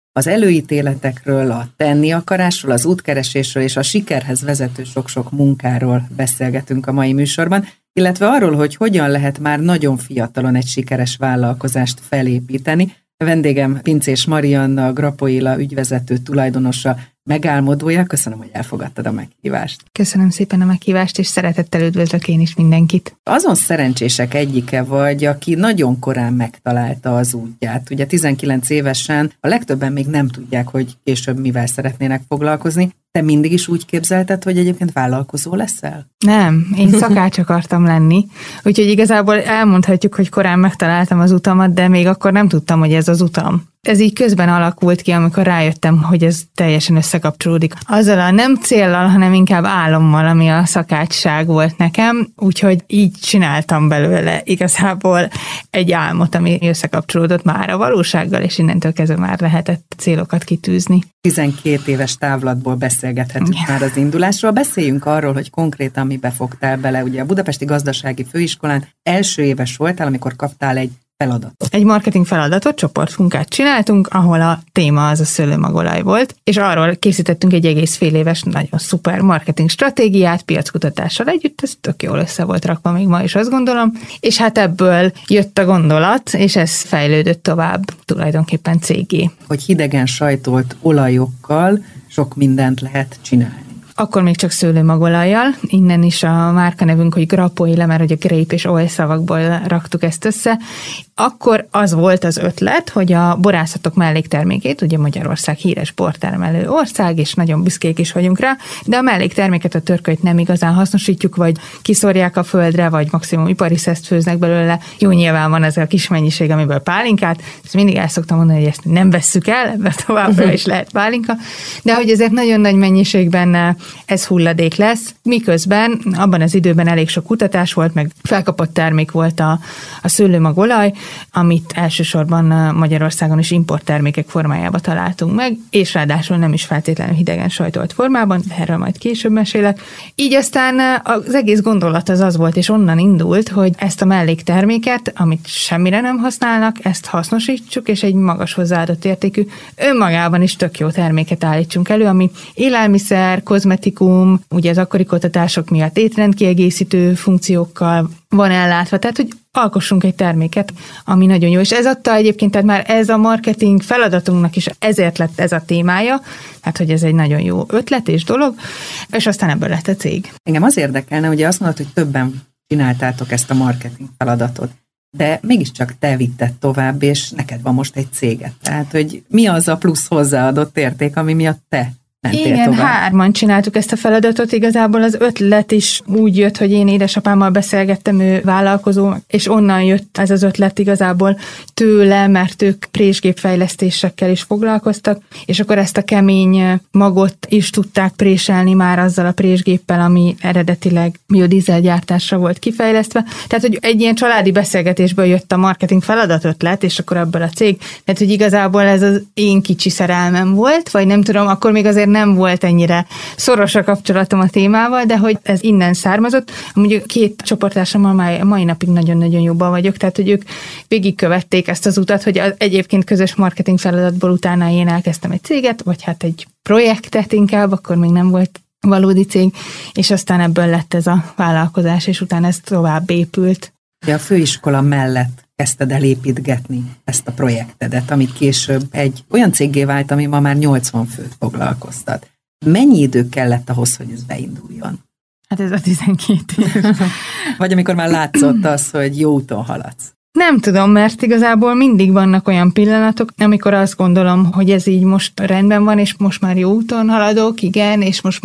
Az előítéletekről, a tenni akarásról, az útkeresésről és a sikerhez vezető sok-sok munkáról beszélgetünk a mai műsorban, illetve arról, hogy hogyan lehet már nagyon fiatalon egy sikeres vállalkozást felépíteni. A vendégem Pinczés Marianna, a Grapoila ügyvezető tulajdonosa, megálmodója. Köszönöm, hogy elfogadtad a meghívást. Köszönöm szépen a meghívást, és szeretettel üdvözlök én is mindenkit. Azon szerencsések egyike vagy, aki nagyon korán megtalálta az útját. Ugye 19 évesen a legtöbben még nem tudják, hogy később mivel szeretnének foglalkozni. Te mindig is úgy képzelted, hogy egyébként vállalkozó leszel? Nem, én szakács akartam lenni, úgyhogy igazából elmondhatjuk, hogy korán megtaláltam az utamat, de még akkor nem tudtam, hogy ez az utam. Ez így közben alakult ki, amikor rájöttem, hogy ez teljesen összekapcsolódik. Azzal a nem céllal, hanem inkább álommal, ami a szakácsság volt nekem, úgyhogy így csináltam belőle igazából egy álmot, ami összekapcsolódott már a valósággal, és innentől kezdve már lehetett célokat kitűzni. 12 éves távlatból beszélgethetünk már az indulásról. Beszéljünk arról, hogy konkrétan mibe fogtál bele. Ugye a Budapesti Gazdasági Főiskolán első éves voltál, amikor kaptál egy feladatot. Egy marketing feladatot, csoportmunkát csináltunk, ahol a téma az a szőlőmagolaj volt, és arról készítettünk egy egész fél éves, nagyon szuper marketing stratégiát, piackutatással együtt, ez tök jól össze volt rakva még ma is, azt gondolom, és hát ebből jött a gondolat, és ez fejlődött tovább tulajdonképpen cégé. Hogy hidegen sajtolt olajokkal sok mindent lehet csinálni. Akkor még csak szőlőmagolajjal, innen is a márkanevünk, hogy Grapoila, mert hogy a grape és oil szavakból raktuk ezt össze. Akkor az volt az ötlet, hogy a borászatok melléktermékét, ugye Magyarország híres bortermelő ország, és nagyon büszkék is vagyunk rá, de a mellékterméket, a törkölyt nem igazán hasznosítjuk, vagy kiszorják a földre, vagy maximum ipari szeszt főznek belőle. Jó, nyilván van ez a kis mennyiség, amiből pálinkát, ezt mindig el szoktam mondani, hogy ezt nem vesszük el, mert továbbra is lehet pálinka, de hogy ezért nagyon nagy mennyiségben ez hulladék lesz, miközben abban az időben elég sok kutatás volt, meg felkapott termék volt a szőlőmagolaj, amit elsősorban Magyarországon is importtermékek formájába találtunk meg, és ráadásul nem is feltétlenül hidegen sajtolt formában, de erről majd később mesélek. Így aztán az egész gondolat az volt, és onnan indult, hogy ezt a mellékterméket, amit semmire nem használnak, ezt hasznosítsuk, és egy magas hozzáadott értékű, önmagában is tök jó terméket állítsunk elő, ami élelmiszer, kozmetikum, ugye az akkori kutatások miatt étrendkiegészítő funkciókkal van ellátva, tehát hogy alkossunk egy terméket, ami nagyon jó. És ez adta egyébként, tehát már ez a marketing feladatunknak is ezért lett ez a témája, tehát hogy ez egy nagyon jó ötlet és dolog, és aztán ebből lett a cég. Engem az érdekelne, ugye azt mondod, hogy többen csináltátok ezt a marketing feladatot, de mégiscsak te vitted tovább, és neked van most egy céged. Tehát, hogy mi az a plusz hozzáadott érték, ami miatt te igen, hárman csináltuk ezt a feladatot, igazából az ötlet is úgy jött, hogy én édesapámmal beszélgettem, ő vállalkozó, és onnan jött ez az ötlet igazából tőle, mert ők présgépfejlesztésekkel is foglalkoztak, és akkor ezt a kemény magot is tudták préselni már azzal a présgéppel, ami eredetileg biodízelgyártásra volt kifejlesztve. Tehát, hogy egy ilyen családi beszélgetésből jött a marketing feladat ötlet, és akkor ebből a cég. Tehát, hogy igazából ez az én kicsi szerelmem volt, vagy nem tudom, akkor még azért nem volt ennyire szoros a kapcsolatom a témával, de hogy ez innen származott. Amúgy két csoporttársammal mai napig nagyon-nagyon jobban vagyok, tehát hogy ők végigkövették ezt az utat, hogy az egyébként közös marketing feladatból utána én elkezdtem egy céget, vagy hát egy projektet inkább, akkor még nem volt valódi cég, és aztán ebből lett ez a vállalkozás, és utána ez tovább épült. A főiskola mellett kezdted el építgetni ezt a projektedet, amit később egy olyan céggé vált, ami ma már 80 főt foglalkoztat. Mennyi idő kellett ahhoz, hogy ez beinduljon? Hát ez a 12 év. Vagy amikor már látszott az, hogy jó úton haladsz? Nem tudom, mert igazából mindig vannak olyan pillanatok, amikor azt gondolom, hogy ez így most rendben van, és most már jó úton haladok, igen, és most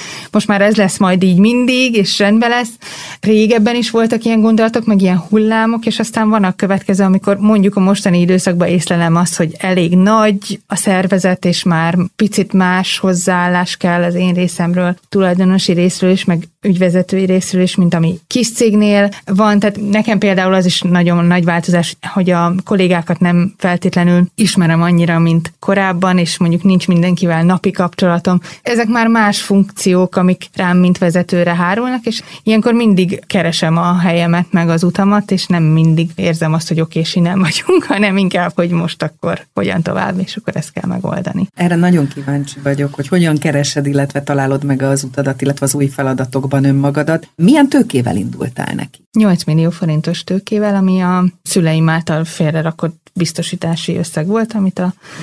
már ez lesz majd így mindig, és rendben lesz. Régebben is voltak ilyen gondolatok, meg ilyen hullámok, és aztán van a következő, amikor mondjuk a mostani időszakban észlelem azt, hogy elég nagy a szervezet, és már picit más hozzáállás kell az én részemről, tulajdonosi részről is, meg ügyvezetői részről is, mint ami kis cégnél van. Tehát nekem például az is nagyon nagy változás, hogy a kollégákat nem feltétlenül ismerem annyira, mint korábban, és mondjuk nincs mindenkivel napi kapcsolatom. Ezek már más funkciók, amik rám, mint vezetőre hárulnak, és ilyenkor mindig keresem a helyemet, meg az utamat, és nem mindig érzem azt, hogy oké, innen vagyunk, hanem inkább, hogy most akkor hogyan tovább, és akkor ezt kell megoldani. Erre nagyon kíváncsi vagyok, hogy hogyan keresed, illetve találod meg az utadat, illetve az új feladatokban önmagadat. Milyen tőkével indultál neki? 8 millió forintos tőkével, ami a szüleim által félrerakott biztosítási összeg volt, amit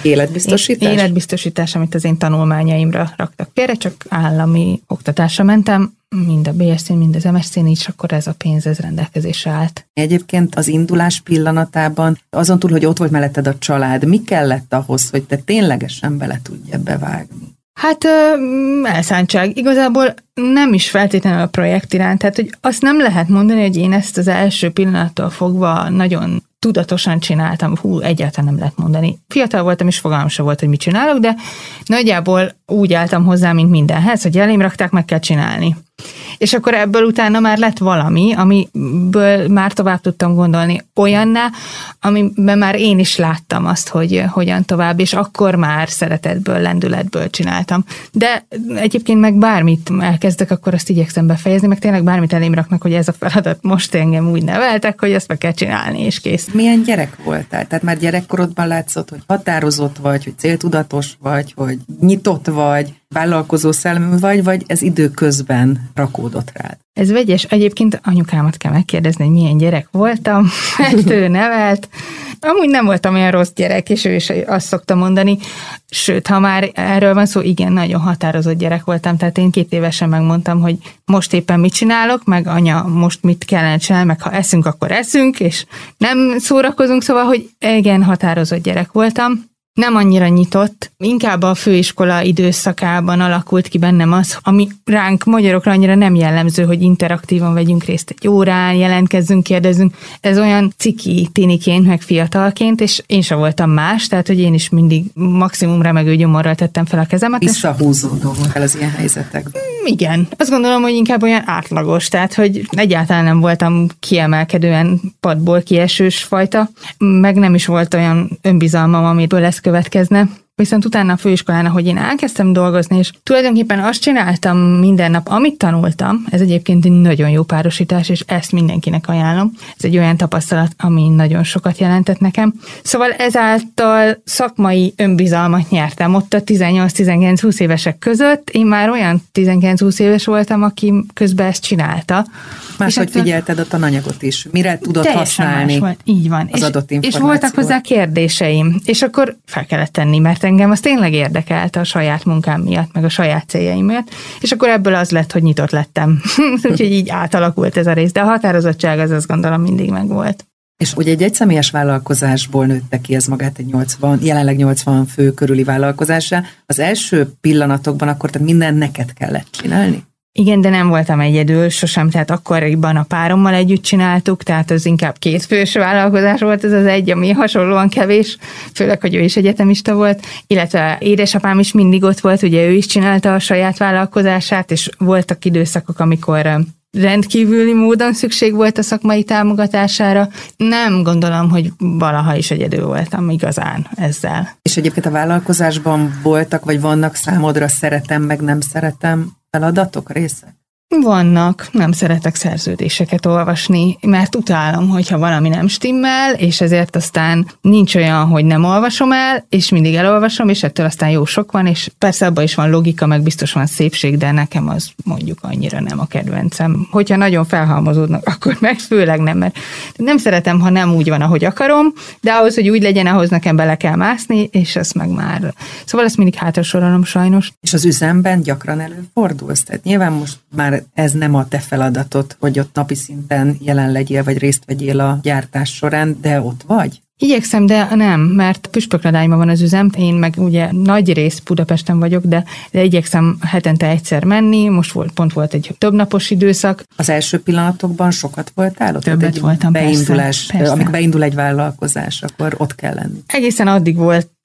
életbiztosítás, amit az én tanulmányaimra raktak félre, csak állami oktatásra mentem, mind a BSC-n, mind az MSC-n, így akkor ez a pénz ez rendelkezésre állt. Egyébként az indulás pillanatában, azon túl, hogy ott volt melletted a család, mi kellett ahhoz, hogy te ténylegesen bele tudj ebbe vágni? Hát elszántság. Igazából nem is feltétlenül a projekt iránt. Tehát, hogy azt nem lehet mondani, hogy én ezt az első pillanattól fogva nagyon tudatosan csináltam. Egyáltalán nem lehet mondani. Fiatal voltam, és fogalmam sem volt, hogy mit csinálok, de nagyjából úgy álltam hozzá, mint mindenhez, hogy elém rakták, meg kell csinálni. És akkor ebből utána már lett valami, amiből már tovább tudtam gondolni olyanná, amiben már én is láttam azt, hogy hogyan tovább, és akkor már szeretetből, lendületből csináltam. De egyébként meg bármit elkezdek, akkor azt igyekszem befejezni, meg tényleg bármit elém raknak, hogy ez a feladat most engem úgy neveltek, hogy ezt meg kell csinálni, és kész. Milyen gyerek voltál? Tehát már gyerekkorodban látszott, hogy határozott vagy, hogy céltudatos vagy, hogy nyitott vagy, vállalkozó szellemű vagy ez időközben rakódott rád? Ez vegyes. Egyébként anyukámat kell megkérdezni, hogy milyen gyerek voltam, mert ő nevelt. Amúgy nem voltam olyan rossz gyerek, és ő is azt szokta mondani. Sőt, ha már erről van szó, igen, nagyon határozott gyerek voltam, tehát én 2 évesen megmondtam, hogy most éppen mit csinálok, meg anya, most mit kellene csinálni, meg ha eszünk, akkor eszünk, és nem szórakozunk, szóval, hogy igen, határozott gyerek voltam. Nem annyira nyitott, inkább a főiskola időszakában alakult ki bennem az, ami ránk magyarokra annyira nem jellemző, hogy interaktívan vegyünk részt egy órán, jelentkezzünk, kérdezzünk. Ez olyan ciki tiniként, meg fiatalként, és én sem voltam más, tehát hogy én is mindig maximum remegő gyomorral tettem fel a kezemet. Visszahúzódó volt el az ilyen helyzetekben. Igen, azt gondolom, hogy inkább olyan átlagos, tehát hogy egyáltalán nem voltam kiemelkedően padból kiesős fajta, meg nem is volt olyan önbizalmam, amiből ez következne. Viszont utána a főiskolán, ahogy én elkezdtem dolgozni, és tulajdonképpen azt csináltam minden nap, amit tanultam, ez egyébként egy nagyon jó párosítás, és ezt mindenkinek ajánlom. Ez egy olyan tapasztalat, ami nagyon sokat jelentett nekem. Szóval ezáltal szakmai önbizalmat nyertem. Ott a 18-19-20 évesek között én már olyan 19-20 éves voltam, aki közben ezt csinálta. Máshogy figyelted a tananyagot is. Mire tudod használni így van. Az adott információt. És voltak hozzá kérdéseim, és akkor fel kellett tenni, mert engem az tényleg érdekelt a saját munkám miatt, meg a saját céljaim miatt, és akkor ebből az lett, hogy nyitott lettem. Úgyhogy így átalakult ez a rész, de a határozottság az azt gondolom mindig megvolt. És ugye egy egyszemélyes vállalkozásból nőtte ki ez magát egy jelenleg 80 fő körüli vállalkozásra. Az első pillanatokban akkor tehát minden neked kellett csinálni? Igen, de nem voltam egyedül sosem, tehát akkoriban a párommal együtt csináltuk, tehát az inkább 2 fős vállalkozás volt ez az egy, ami hasonlóan kevés, főleg, hogy ő is egyetemista volt, illetve édesapám is mindig ott volt, ugye ő is csinálta a saját vállalkozását, és voltak időszakok, amikor rendkívüli módon szükség volt a szakmai támogatására. Nem gondolom, hogy valaha is egyedül voltam igazán ezzel. És egyébként a vállalkozásban voltak, vagy vannak számodra szeretem, meg nem szeretem feladatok, részek? Vannak, nem szeretek szerződéseket olvasni, mert utálom, hogyha valami nem stimmel, és ezért aztán nincs olyan, hogy nem olvasom el, és mindig elolvasom, és ettől aztán jó sok van, és persze abban is van logika, meg biztos van szépség, de nekem az mondjuk annyira nem a kedvencem. Hogyha nagyon felhalmozódnak, akkor meg főleg nem, mert nem szeretem, ha nem úgy van, ahogy akarom, de ahhoz, hogy úgy legyen, ahhoz nekem bele kell mászni, és ezt meg már. Szóval ezt mindig hátrasorolom sajnos. És az üzemben gyakran előfordulsz? Tehát nyilván most már ez nem a te feladatod, hogy ott napi szinten jelen legyél, vagy részt vegyél a gyártás során, de ott vagy? Igyekszem, de nem, mert Püspökladányban van az üzem, én meg ugye nagy rész Budapesten vagyok, de igyekszem hetente egyszer menni, most pont volt egy többnapos időszak. Az első pillanatokban sokat voltál ott? Többet voltam, beindulás, persze. Amikor beindul egy vállalkozás, akkor ott kell lenni. Egészen addig volt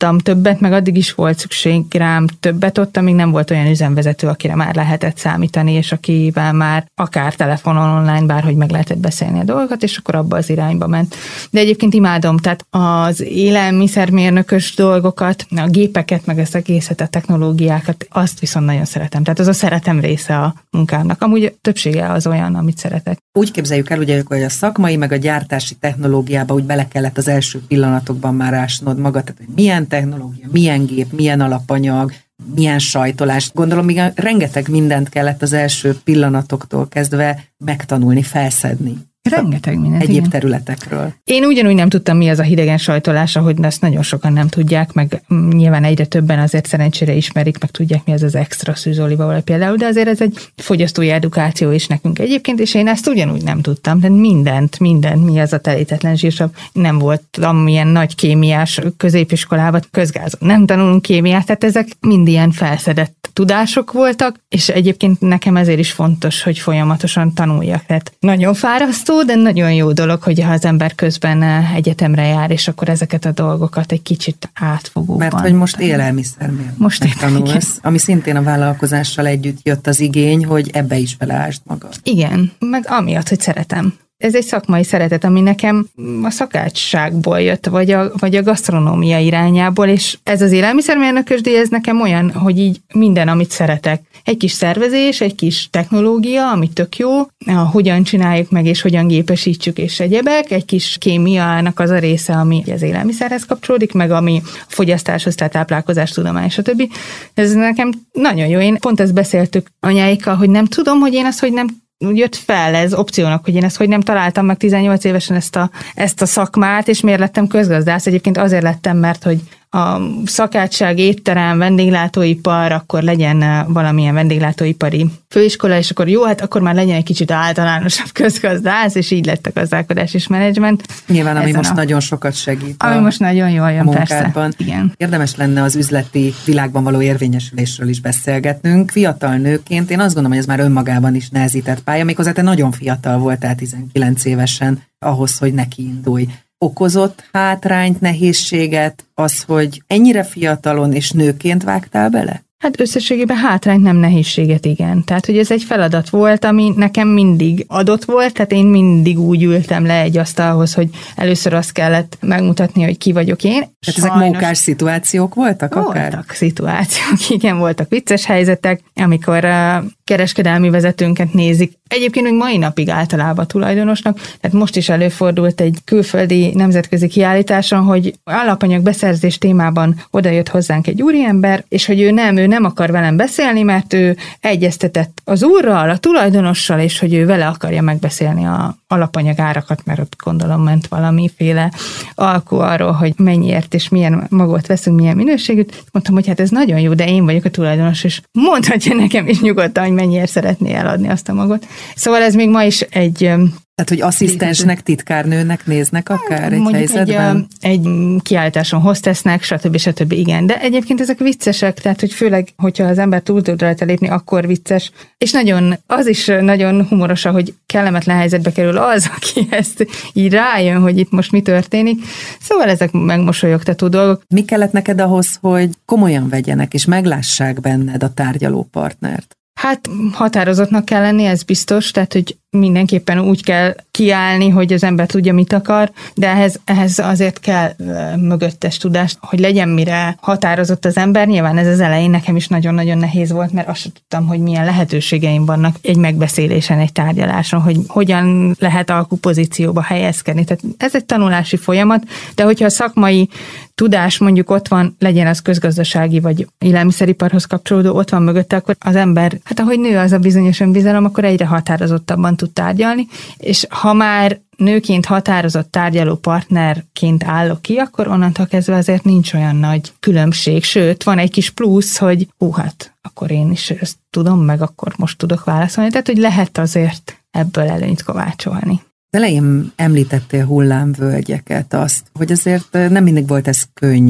tudtam többet, meg addig is volt szükség rám többet ott, amíg nem volt olyan üzemvezető, akire már lehetett számítani, és akivel már akár telefonon, online, bárhogy meg lehetett beszélni a dolgokat, és akkor abba az irányba ment. De egyébként imádom, tehát az élelmiszermérnökös dolgokat, a gépeket, meg ezt egészet, a technológiákat, azt viszont nagyon szeretem. Tehát az a szeretem része a munkámnak. Amúgy többsége az olyan, amit szeretek. Úgy képzeljük el, ugye, hogy a szakmai, meg a gyártási technológiába úgy bele kellett az első pillanatokban már ásnod magad, tehát hogy milyen technológia, milyen gép, milyen alapanyag, milyen sajtolás. Gondolom, még rengeteg mindent kellett az első pillanatoktól kezdve megtanulni, felszedni. Rengeteg mindent. Egyéb igen. területekről. Én ugyanúgy nem tudtam, mi az a hidegen sajtolás, ahogy ezt nagyon sokan nem tudják, meg nyilván egyre többen azért szerencsére ismerik, meg tudják, mi az az extra szűzolívaolaj például, de azért ez egy fogyasztói edukáció is nekünk egyébként, és én ezt ugyanúgy nem tudtam. Tehát mindent, mi az a telítetlen zsírsav. Nem voltam ilyen nagy kémiás középiskolában, közgázon nem tanulunk kémiát, tehát ezek mind ilyen felszedett tudások voltak, és egyébként nekem ezért is fontos, hogy folyamatosan tanuljak. Tehát nagyon fárasztó, de nagyon jó dolog, hogyha az ember közben egyetemre jár, és akkor ezeket a dolgokat egy kicsit átfogóban. Mert hogy most élelmiszermérnöknek tanulsz, ami szintén a vállalkozással együtt jött az igény, hogy ebbe is beleásd magad. Igen, meg amiatt, hogy szeretem. Ez egy szakmai szeretet, ami nekem a szakácsságból jött, vagy a gasztronómia irányából, és ez az élelmiszermérnökös díj, ez nekem olyan, hogy így minden, amit szeretek. Egy kis szervezés, egy kis technológia, ami tök jó, hogyan csináljuk meg, és hogyan gépesítsük, és egyebek, egy kis kémiának az a része, ami az élelmiszerhez kapcsolódik, meg ami a fogyasztáshoz, tehát táplálkozás, tudomány, stb. Ez nekem nagyon jó. Én pont ezt beszéltük anyáikkal, hogy nem tudom, hogy én ezt, hogy nem jött fel ez opciónak, hogy én ezt hogy nem találtam meg 18 évesen ezt a szakmát, és miért lettem közgazdász. Egyébként azért lettem, mert hogy a szakácsság, étterem, vendéglátóipar, akkor legyen valamilyen vendéglátóipari főiskola, és akkor jó, hát akkor már legyen egy kicsit általánosabb közgazdász, és így lett a gazdálkodás és menedzsment. Nyilván, ami most nagyon sokat segít. Ami most nagyon jól jön, persze. Igen. Érdemes lenne az üzleti világban való érvényesülésről is beszélgetnünk. Fiatal nőként én azt gondolom, hogy ez már önmagában is nehezített pálya, méghozzá te nagyon fiatal voltál 19 évesen ahhoz, hogy neki indulj. Okozott hátrányt, nehézséget az, hogy ennyire fiatalon és nőként vágtál bele? Hát összességében hátrányt, nem nehézséget, igen. Tehát, hogy ez egy feladat volt, ami nekem mindig adott volt, tehát én mindig úgy ültem le egy asztalhoz, hogy először azt kellett megmutatni, hogy ki vagyok én. Tehát ezek mókás szituációk voltak akár? Voltak szituációk, igen, voltak vicces helyzetek, amikor kereskedelmi vezetőnket nézik. Egyébként még mai napig általában tulajdonosnak, tehát most is előfordult egy külföldi nemzetközi kiállításon, hogy alapanyag beszerzés témában odajött hozzánk egy úriember, és hogy ő nem akar velem beszélni, mert ő egyeztetett az úrral, a tulajdonossal, és hogy ő vele akarja megbeszélni a alapanyag árakat, mert ott gondolom ment valamiféle alkú arról, hogy mennyiért és milyen magot veszünk, milyen minőségűt. Mondtam, hogy hát ez nagyon jó, de én vagyok a tulajdonos, és mondhatja nekem is nyugodtan, hogy mennyiért szeretné eladni azt a magot. Szóval ez még ma is egy... Tehát, hogy asszisztensnek, titkárnőnek néznek akár egy helyzetben? Egy kiállításon hostessnek, stb. Igen. De egyébként ezek viccesek, tehát, hogy főleg, hogyha az ember túl tud rajta lépni, akkor vicces. És az is nagyon humoros, hogy kellemetlen helyzetbe kerül az, aki ezt így rájön, hogy itt most mi történik. Szóval ezek megmosolyogtató dolgok. Mi kellett neked ahhoz, hogy komolyan vegyenek, és meglássák benned a tárgyalópartnert? Hát határozottnak kell lenni, ez biztos, tehát hogy mindenképpen úgy kell kiállni, hogy az ember tudja, mit akar, de ehhez azért kell mögöttes tudást, hogy legyen mire határozott az ember. Nyilván ez az elején nekem is nagyon-nagyon nehéz volt, mert azt sem tudtam, hogy milyen lehetőségeim vannak egy megbeszélésen, egy tárgyaláson, hogy hogyan lehet alkupozícióba helyezkedni. Tehát ez egy tanulási folyamat, de hogyha a szakmai tudás mondjuk ott van, legyen az közgazdasági vagy élelmiszeriparhoz kapcsolódó, ott van mögötte, akkor az ember, hát ahogy nő az a bizonyos önbizalom, akkor egyre határozottabban tud tárgyalni, és ha már nőként határozott tárgyaló partnerként állok ki, akkor onnantól kezdve azért nincs olyan nagy különbség, sőt, van egy kis plusz, hogy hát akkor én is ezt tudom, meg akkor most tudok válaszolni, tehát hogy lehet azért ebből előnyt kovácsolni. Az elején említettél hullámvölgyeket, azt, hogy azért nem mindig volt ez könnyű.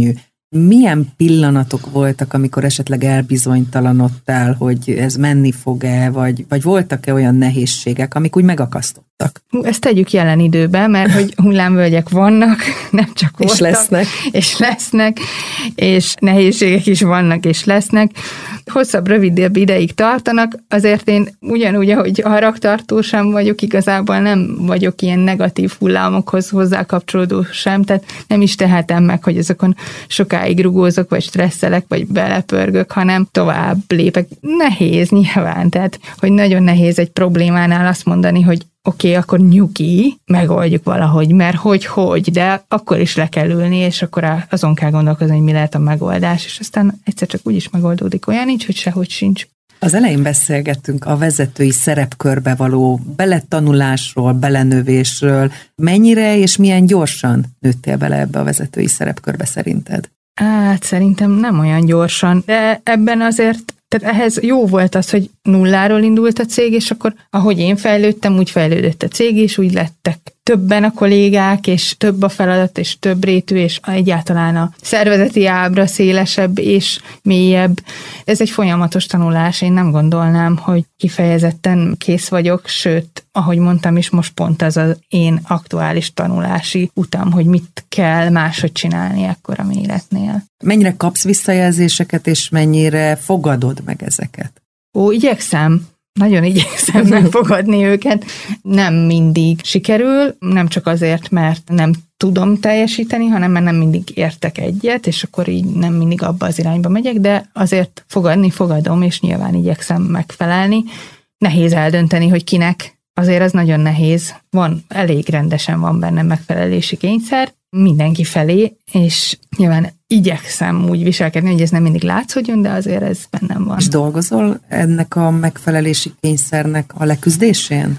Milyen pillanatok voltak, amikor esetleg elbizonytalanodtál, hogy ez menni fog-e, vagy voltak-e olyan nehézségek, amik úgy megakasztottak? Ezt tegyük jelen időben, mert hogy hullámvölgyek vannak, nem csak voltak. És lesznek, és nehézségek is vannak, és lesznek. Hosszabb, rövidebb ideig tartanak, azért én ugyanúgy, ahogy haragtartó sem vagyok, igazából nem vagyok ilyen negatív hullámokhoz hozzá kapcsolódó sem, tehát nem is tehetem meg, hogy azokon sokáig rugózok, vagy stresszelek, vagy belepörgök, hanem tovább lépek. Nehéz nyilván, tehát hogy nagyon nehéz egy problémánál azt mondani, hogy oké, akkor nyugi, megoldjuk valahogy, mert hogy, de akkor is le kell ülni, és akkor azon kell gondolkozni, hogy mi lehet a megoldás, és aztán egyszer csak úgy is megoldódik. Olyan nincs, hogy sehogy sincs. Az elején beszélgettünk a vezetői szerepkörbe való beletanulásról, belenövésről. Mennyire és milyen gyorsan nőttél bele ebbe a vezetői szerepkörbe szerinted? Hát szerintem nem olyan gyorsan, de ebben azért, tehát ehhez jó volt az, hogy nulláról indult a cég, és akkor ahogy én fejlődtem, úgy fejlődött a cég, és úgy lettek többen a kollégák, és több a feladat, és több rétű, és egyáltalán a szervezeti ábra szélesebb és mélyebb. Ez egy folyamatos tanulás, én nem gondolnám, hogy kifejezetten kész vagyok, sőt, ahogy mondtam is, most pont ez az én aktuális tanulási utam, hogy mit kell máshogy csinálni ekkora méretnél. Mennyire kapsz visszajelzéseket, és mennyire fogadod meg ezeket? Igyekszem. Nagyon igyekszem megfogadni őket. Nem mindig sikerül, nem csak azért, mert nem tudom teljesíteni, hanem mert nem mindig értek egyet, és akkor így nem mindig abba az irányba megyek, de azért fogadom, és nyilván igyekszem megfelelni. Nehéz eldönteni, hogy kinek. Azért az nagyon nehéz. Elég rendesen van bennem megfelelési kényszer, mindenki felé, és nyilván igyekszem úgy viselkedni, hogy ez nem mindig látszódjon, de azért ez bennem van. És dolgozol ennek a megfelelési kényszernek a leküzdésén?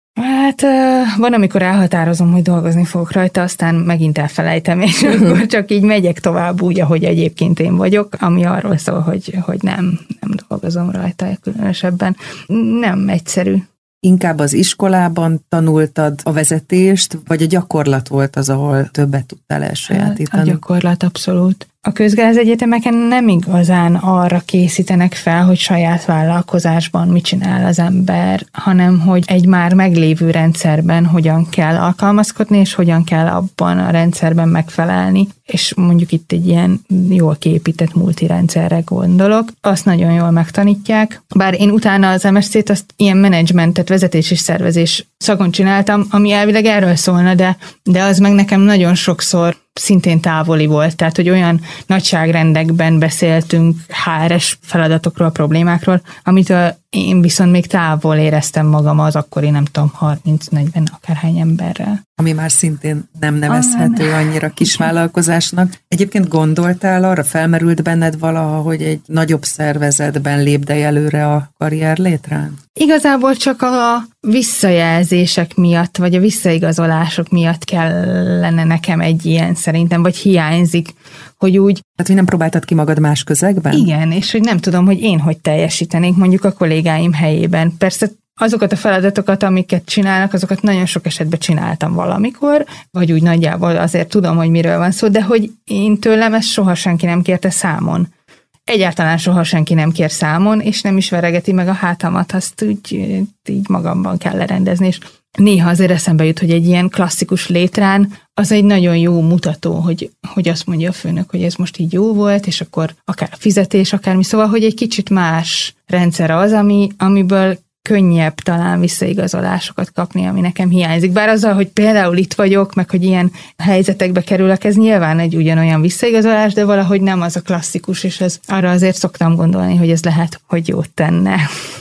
Hát van, amikor elhatározom, hogy dolgozni fogok rajta, aztán megint elfelejtem, és akkor csak így megyek tovább úgy, ahogy egyébként én vagyok, ami arról szól, hogy nem dolgozom rajta különösebben. Nem egyszerű. Inkább az iskolában tanultad a vezetést, vagy a gyakorlat volt az, ahol többet tudtál elsajátítani? A gyakorlat abszolút. A közgázegyetemeken nem igazán arra készítenek fel, hogy saját vállalkozásban mit csinál az ember, hanem hogy egy már meglévő rendszerben hogyan kell alkalmazkodni, és hogyan kell abban a rendszerben megfelelni. És mondjuk itt egy ilyen jól kiépített multirendszerre gondolok. Azt nagyon jól megtanítják. Bár én utána az MSC-t azt ilyen menedzsmentet, vezetés és szervezés szakon csináltam, ami elvileg erről szólna, de az meg nekem nagyon sokszor szintén távoli volt, tehát hogy olyan nagyságrendekben beszéltünk HR-es feladatokról, problémákról, amitől én viszont még távol éreztem magam az akkori, nem tudom, 30-40 akárhány emberrel. Ami már szintén nem nevezhető annyira kisvállalkozásnak. Egyébként gondoltál arra, felmerült benned valaha, hogy egy nagyobb szervezetben lépdej előre a karrier létrán? Igazából csak a visszajelzések miatt, vagy a visszaigazolások miatt kellene nekem egy ilyen szerintem, vagy hiányzik, hogy úgy... Tehát, hogy nem próbáltad ki magad más közegben? Igen, és hogy nem tudom, hogy én hogy teljesítenék mondjuk a kollégáim helyében. Persze azokat a feladatokat, amiket csinálnak, azokat nagyon sok esetben csináltam valamikor, vagy úgy nagyjából azért tudom, hogy miről van szó, de hogy én tőlem ezt soha senki nem kérte számon. Egyáltalán soha senki nem kér számon, és nem is veregeti meg a hátamat, azt úgy így magamban kell lerendezni, és néha azért eszembe jut, hogy egy ilyen klasszikus létrán az egy nagyon jó mutató, hogy azt mondja a főnök, hogy ez most így jó volt, és akkor akár a fizetés, akármi, szóval, hogy egy kicsit más rendszer az, amiből könnyebb talán visszaigazolásokat kapni, ami nekem hiányzik. Bár azzal, hogy például itt vagyok, meg hogy ilyen helyzetekbe kerülök, ez nyilván egy ugyanolyan visszaigazolás, de valahogy nem az a klasszikus, és arra azért szoktam gondolni, hogy ez lehet, hogy jót tenne.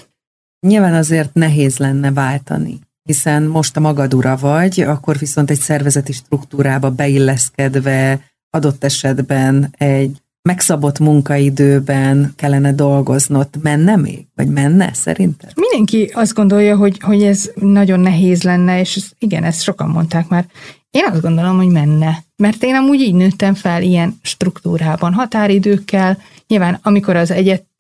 Nyilván azért nehéz lenne váltani, hiszen most a magad ura vagy, akkor viszont egy szervezeti struktúrába beilleszkedve, adott esetben egy megszabott munkaidőben kellene dolgoznod. Menne még? Vagy menne szerinted? Mindenki azt gondolja, hogy ez nagyon nehéz lenne, és igen, ezt sokan mondták már. Én azt gondolom, hogy menne. Mert én amúgy így nőttem fel ilyen struktúrában, határidőkkel, Nyilván, amikor az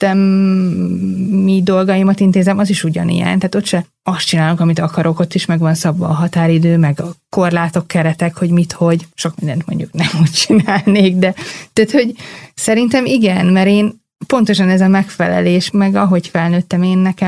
egyetemi dolgaimat intézem, az is ugyanilyen. Tehát ott se azt csinálok, amit akarok, ott is meg van szabva a határidő, meg a korlátok, keretek, hogy mit, hogy. Sok mindent mondjuk nem úgy csinálnék, de tehát, hogy szerintem igen, mert én pontosan ez a megfelelés, meg ahogy felnőttem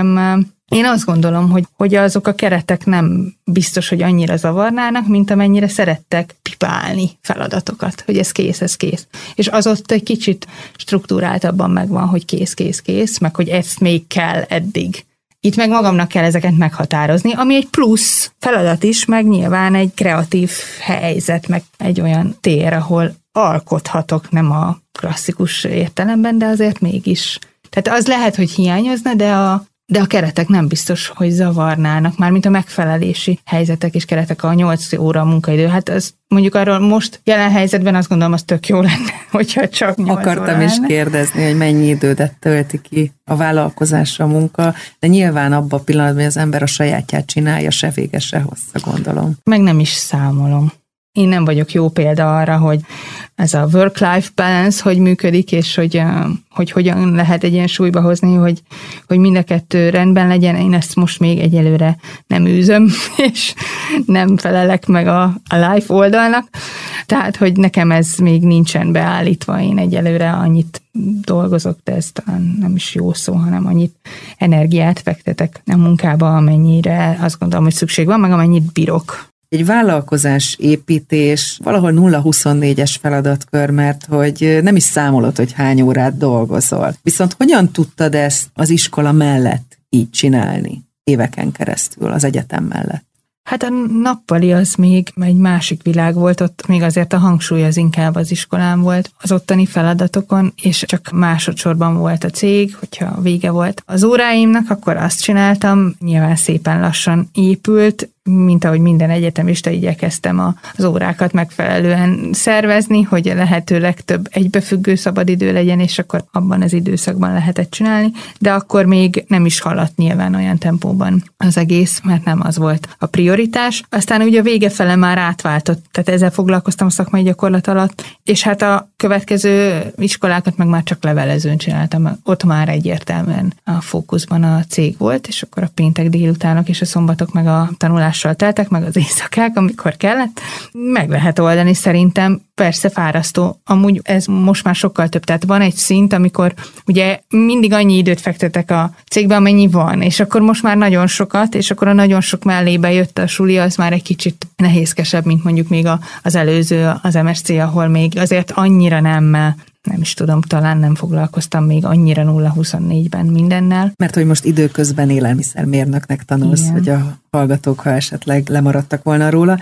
én azt gondolom, hogy azok a keretek nem biztos, hogy annyira zavarnának, mint amennyire szerettek pipálni feladatokat, hogy ez kész. És az ott egy kicsit struktúráltabban megvan, hogy kész, meg hogy ezt még kell eddig. Itt meg magamnak kell ezeket meghatározni, ami egy plusz feladat is, meg nyilván egy kreatív helyzet, meg egy olyan tér, ahol alkothatok, nem a klasszikus értelemben, de azért mégis. Tehát az lehet, hogy hiányozna, de a keretek nem biztos, hogy zavarnának, mármint a megfelelési helyzetek és keretek, a 8 óra munkaidő. Hát az mondjuk arról most jelen helyzetben azt gondolom, az tök jó lenne, hogyha csak 8 Akartam is kérdezni, hogy mennyi idődet tölti ki a vállalkozásra a munka, de nyilván abban a pillanatban, hogy az ember a sajátját csinálja, se vége, se hossza, gondolom. Meg nem is számolom. Én nem vagyok jó példa arra, hogy ez a work-life balance hogy működik, és hogy hogyan lehet egyensúlyba hozni, hogy mind a kettő rendben legyen. Én ezt most még egyelőre nem űzöm, és nem felelek meg a life oldalnak. Tehát, hogy nekem ez még nincsen beállítva. Én egyelőre annyit dolgozok, de ez talán nem is jó szó, hanem annyit energiát fektetek a munkába, amennyire azt gondolom, hogy szükség van, meg amennyit bírok. Egy vállalkozás építés valahol 0-24-es feladatkör, mert hogy nem is számolod, hogy hány órát dolgozol. Viszont hogyan tudtad ezt az iskola mellett így csinálni éveken keresztül az egyetem mellett? Hát a nappali az még egy másik világ volt, ott még azért a hangsúly az inkább az iskolán volt, az ottani feladatokon, és csak másodszorban volt a cég, hogyha vége volt az óráimnak, akkor azt csináltam, nyilván szépen lassan épült, mint ahogy minden egyetemista igyekeztem az órákat megfelelően szervezni, hogy lehetőleg több egybefüggő szabadidő legyen, és akkor abban az időszakban lehetett csinálni, de akkor még nem is haladt nyilván olyan tempóban az egész, mert nem az volt a prioritás. Aztán ugye a vége fele már átváltott, tehát ezzel foglalkoztam a szakmai gyakorlat alatt, és hát a következő iskolákat meg már csak levelezőn csináltam, ott már egyértelműen a fókuszban a cég volt, és akkor a péntek délutánok és a szombatok meg a tanulással teltek, meg az éjszakák, amikor kellett. Meg lehet oldani szerintem, persze fárasztó. Amúgy ez most már sokkal több, tehát van egy szint, amikor ugye mindig annyi időt fektetek a cégbe, amennyi van, és akkor most már nagyon sokat, és akkor a nagyon sok mellébe jött a suli, az már egy kicsit nehézkesebb, mint mondjuk még az előző, az MSC, ahol még azért annyira nem is tudom, talán nem foglalkoztam még annyira 0-24-ben mindennel. Mert hogy most időközben élelmiszermérnöknek tanulsz, igen, hogy a hallgatók, ha esetleg lemaradtak volna róla.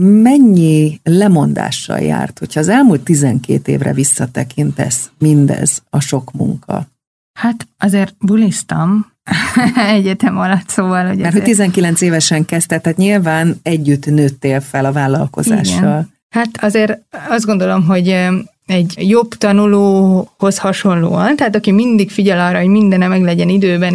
Mennyi lemondással járt, hogyha az elmúlt 12 évre visszatekintesz mindez a sok munka? Hát azért buliztam egyetem alatt, szóval... Hogy mert hogy 19 évesen kezdted, tehát nyilván együtt nőttél fel a vállalkozással. Igen. Hát azért azt gondolom, hogy egy jobb tanulóhoz hasonlóan, tehát aki mindig figyel arra, hogy mindene meg legyen időben,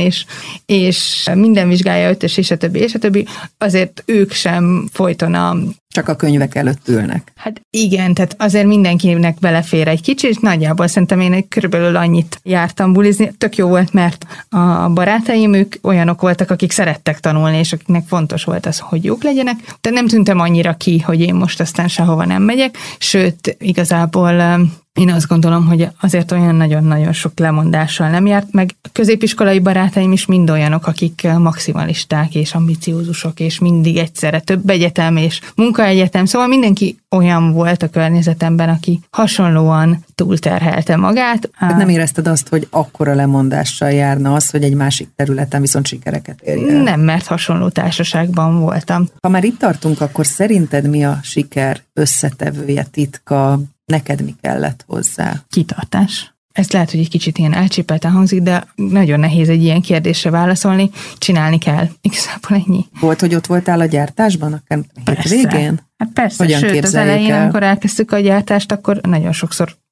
és minden vizsgálja 5-ös, és a többi, azért ők sem folyton csak a könyvek előtt ülnek. Hát igen, tehát azért mindenkinek belefér egy kicsit, nagyjából szerintem én körülbelül annyit jártam bulizni. Tök jó volt, mert a barátaim, ők olyanok voltak, akik szerettek tanulni, és akiknek fontos volt az, hogy jók legyenek. De nem tűntem annyira ki, hogy én most aztán sehova nem megyek, sőt, igazából én azt gondolom, hogy azért olyan nagyon-nagyon sok lemondással nem járt, meg a középiskolai barátaim is mind olyanok, akik maximalisták és ambiciózusok, és mindig egyszerre több egyetem és munkaegyetem, szóval mindenki olyan volt a környezetemben, aki hasonlóan túlterhelte magát. Tehát nem érezted azt, hogy akkora lemondással járna az, hogy egy másik területen viszont sikereket érj el? Nem, mert hasonló társaságban voltam. Ha már itt tartunk, akkor szerinted mi a siker összetevője, titka? Neked mi kellett hozzá? Kitartás. Ez lehet, hogy egy kicsit ilyen elcsépelten hangzik, de nagyon nehéz egy ilyen kérdésre válaszolni. Csinálni kell. Igazából ennyi. Volt, hogy ott voltál a gyártásban, a hétvégén? Hát persze, hogyan sőt, az elején, amikor elkezdtük a gyártást, akkor nagyon sokszor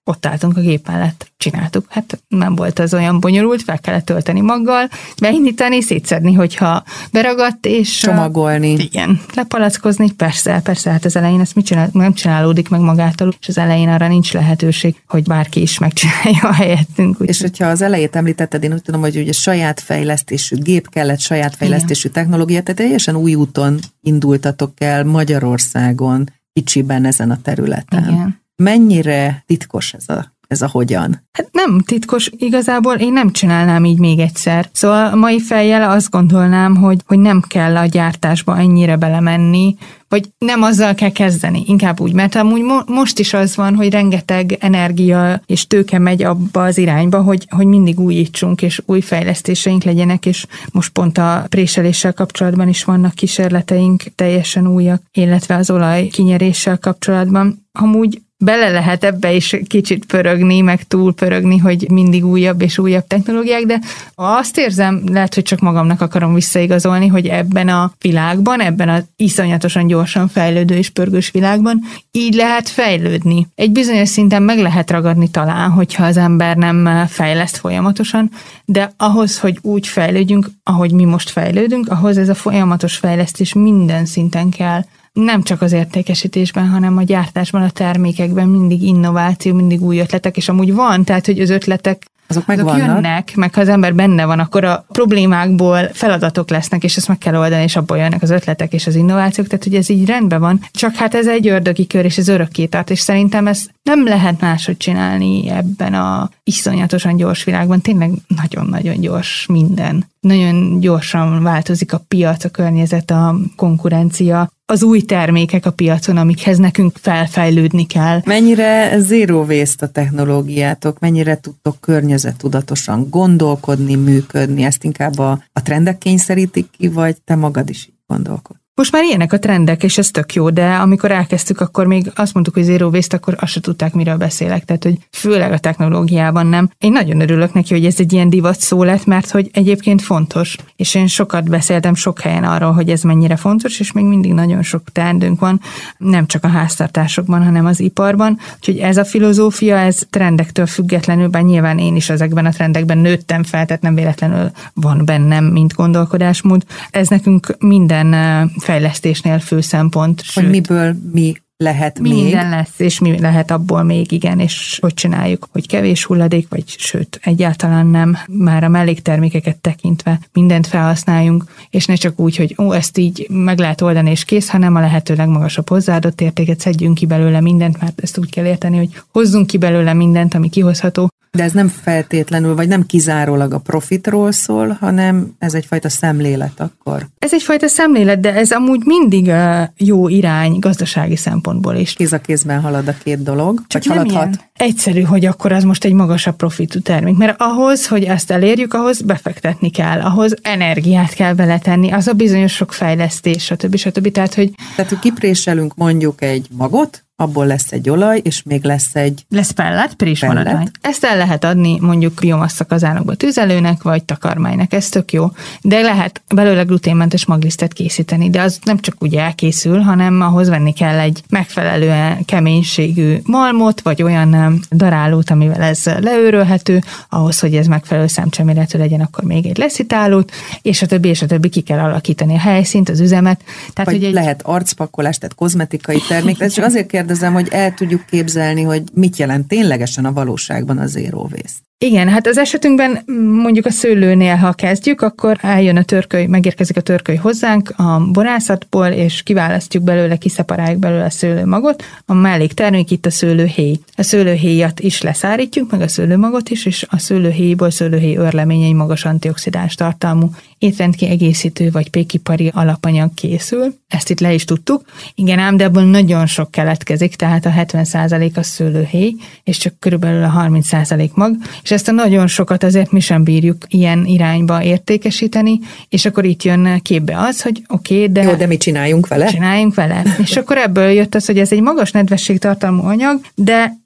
ott álltunk a gép mellett, csináltuk. Hát nem volt ez olyan bonyolult, fel kellett tölteni maggal, beindítani, szétszedni, hogyha beragadt, és csomagolni. Igen, lepalackozni, persze, hát az elején ezt nem csinálódik meg magától, és az elején arra nincs lehetőség, hogy bárki is megcsinálja a helyettünk. És hogyha az elejét említetted, én úgy tudom, hogy ugye saját fejlesztésű gép kellett, saját fejlesztésű technológia, tehát teljesen új úton indultatok el Magyarországon, kicsiben ezen a területen. Igen. Mennyire titkos ez a hogyan? Hát nem titkos, igazából én nem csinálnám így még egyszer. Szóval a mai fejjel azt gondolnám, hogy nem kell a gyártásba ennyire belemenni, vagy nem azzal kell kezdeni, inkább úgy, mert amúgy most is az van, hogy rengeteg energia és tőke megy abba az irányba, hogy mindig újítsunk, és új fejlesztéseink legyenek, és most pont a préseléssel kapcsolatban is vannak kísérleteink, teljesen újak, illetve az olaj kinyeréssel kapcsolatban. Amúgy bele lehet ebbe is kicsit pörögni, meg túl pörögni, hogy mindig újabb és újabb technológiák, de azt érzem, lehet, hogy csak magamnak akarom visszaigazolni, hogy ebben a világban, ebben az iszonyatosan gyorsan fejlődő és pörgős világban így lehet fejlődni. Egy bizonyos szinten meg lehet ragadni talán, hogyha az ember nem fejleszt folyamatosan, de ahhoz, hogy úgy fejlődjünk, ahogy mi most fejlődünk, ahhoz ez a folyamatos fejlesztés minden szinten kell. Nem csak az értékesítésben, hanem a gyártásban, a termékekben mindig innováció, mindig új ötletek, és amúgy van, tehát, hogy az ötletek azok jönnek, meg ha az ember benne van, akkor a problémákból feladatok lesznek, és ezt meg kell oldani, és abból jönnek az ötletek és az innovációk, tehát hogy ez így rendben van. Csak hát ez egy ördögi kör, és ez örökké tart, és szerintem ezt nem lehet máshogy csinálni ebben a iszonyatosan gyors világban. Tényleg nagyon-nagyon gyors minden. Nagyon gyorsan változik a piac, a környezet, a konkurencia, az új termékek a piacon, amikhez nekünk felfejlődni kell. Mennyire zero waste a technológiátok, mennyire tudtok környezettudatosan gondolkodni, működni, ezt inkább a trendek kényszerítik ki, vagy te magad is így gondolkodsz? Most már ilyenek a trendek, és ez tök jó, de amikor elkezdtük, akkor még azt mondtuk, hogy zero waste, akkor azt se tudták, miről beszélek, tehát hogy főleg a technológiában nem. Én nagyon örülök neki, hogy ez egy ilyen divat szó lett, mert hogy egyébként fontos, és én sokat beszéltem sok helyen arról, hogy ez mennyire fontos, és még mindig nagyon sok teendőnk van, nem csak a háztartásokban, hanem az iparban. Úgyhogy ez a filozófia, ez trendektől függetlenül, bár nyilván én is ezekben a trendekben nőttem fel, tehát nem véletlenül van bennem, mint gondolkodásmód. Ez nekünk minden fejlesztésnél fő szempont. Hogy miből mi lehet még. Minden lesz, és mi lehet abból még, igen, és hogy csináljuk, hogy kevés hulladék, vagy sőt, egyáltalán nem, már a melléktermékeket tekintve mindent felhasználjunk, és ne csak úgy, hogy ezt így meg lehet oldani és kész, hanem a lehető legmagasabb hozzáadott értéket, szedjünk ki belőle mindent, mert ezt úgy kell érteni, hogy hozzunk ki belőle mindent, ami kihozható. De ez nem feltétlenül, vagy nem kizárólag a profitról szól, hanem ez egyfajta szemlélet akkor. Ez egyfajta szemlélet, de ez amúgy mindig jó irány gazdasági szempontból is. Kéz a kézben halad a két dolog, csak vagy haladhat. Egyszerű, hogy akkor az most egy magasabb profitú termék, mert ahhoz, hogy ezt elérjük, ahhoz befektetni kell, ahhoz energiát kell beletenni, az a bizonyos sok fejlesztés, stb. Tehát, hogy kipréselünk mondjuk egy magot, abból lesz egy olaj, és még lesz pellet, présmaradvány. Ezt el lehet adni mondjuk biomassa kazánokba tüzelőnek, vagy takarmánynak, ez tök jó. De lehet belőle gluténmentes maglisztet készíteni, de az nem csak úgy elkészül, hanem ahhoz venni kell egy megfelelően keménységű malmot, vagy olyan darálót, amivel ez leőrölhető, ahhoz, hogy ez megfelelő számcseméletű legyen, akkor még egy leszitálót, és a többi ki kell alakítani a helyszínt, az üzemet. Tehát, vagy lehet arcpakolás, tehát kozmetikai termék, ez csak azért kérdezem, hogy el tudjuk képzelni, hogy mit jelent ténylegesen a valóságban a zero waste. Igen, hát az esetünkben mondjuk a szőlőnél, ha kezdjük, akkor eljön a törköly, megérkezik a törköly hozzánk a borászatból, és kiválasztjuk belőle, kiszeparáljuk belőle a szőlőmagot. A melléktermék itt a szőlőhéj. A szőlőhéjat is leszárítjuk, meg a szőlőmagot is, és a szőlőhéjból szőlőhéj örleményei magas antioxidáns tartalmú étrendkiegészítő vagy pékipari alapanyag készül. Ezt itt le is tudtuk. Igen ám, de ebből nagyon sok keletkezik, tehát a 70% a szőlőhéj, és csak körülbelül a 30% mag, és ezt a nagyon sokat azért mi sem bírjuk ilyen irányba értékesíteni, és akkor itt jön képbe az, hogy oké, de... Jó, de mi csináljunk vele? Csináljunk vele. És akkor ebből jött az, hogy ez egy magas nedvességtartalmú anyag, de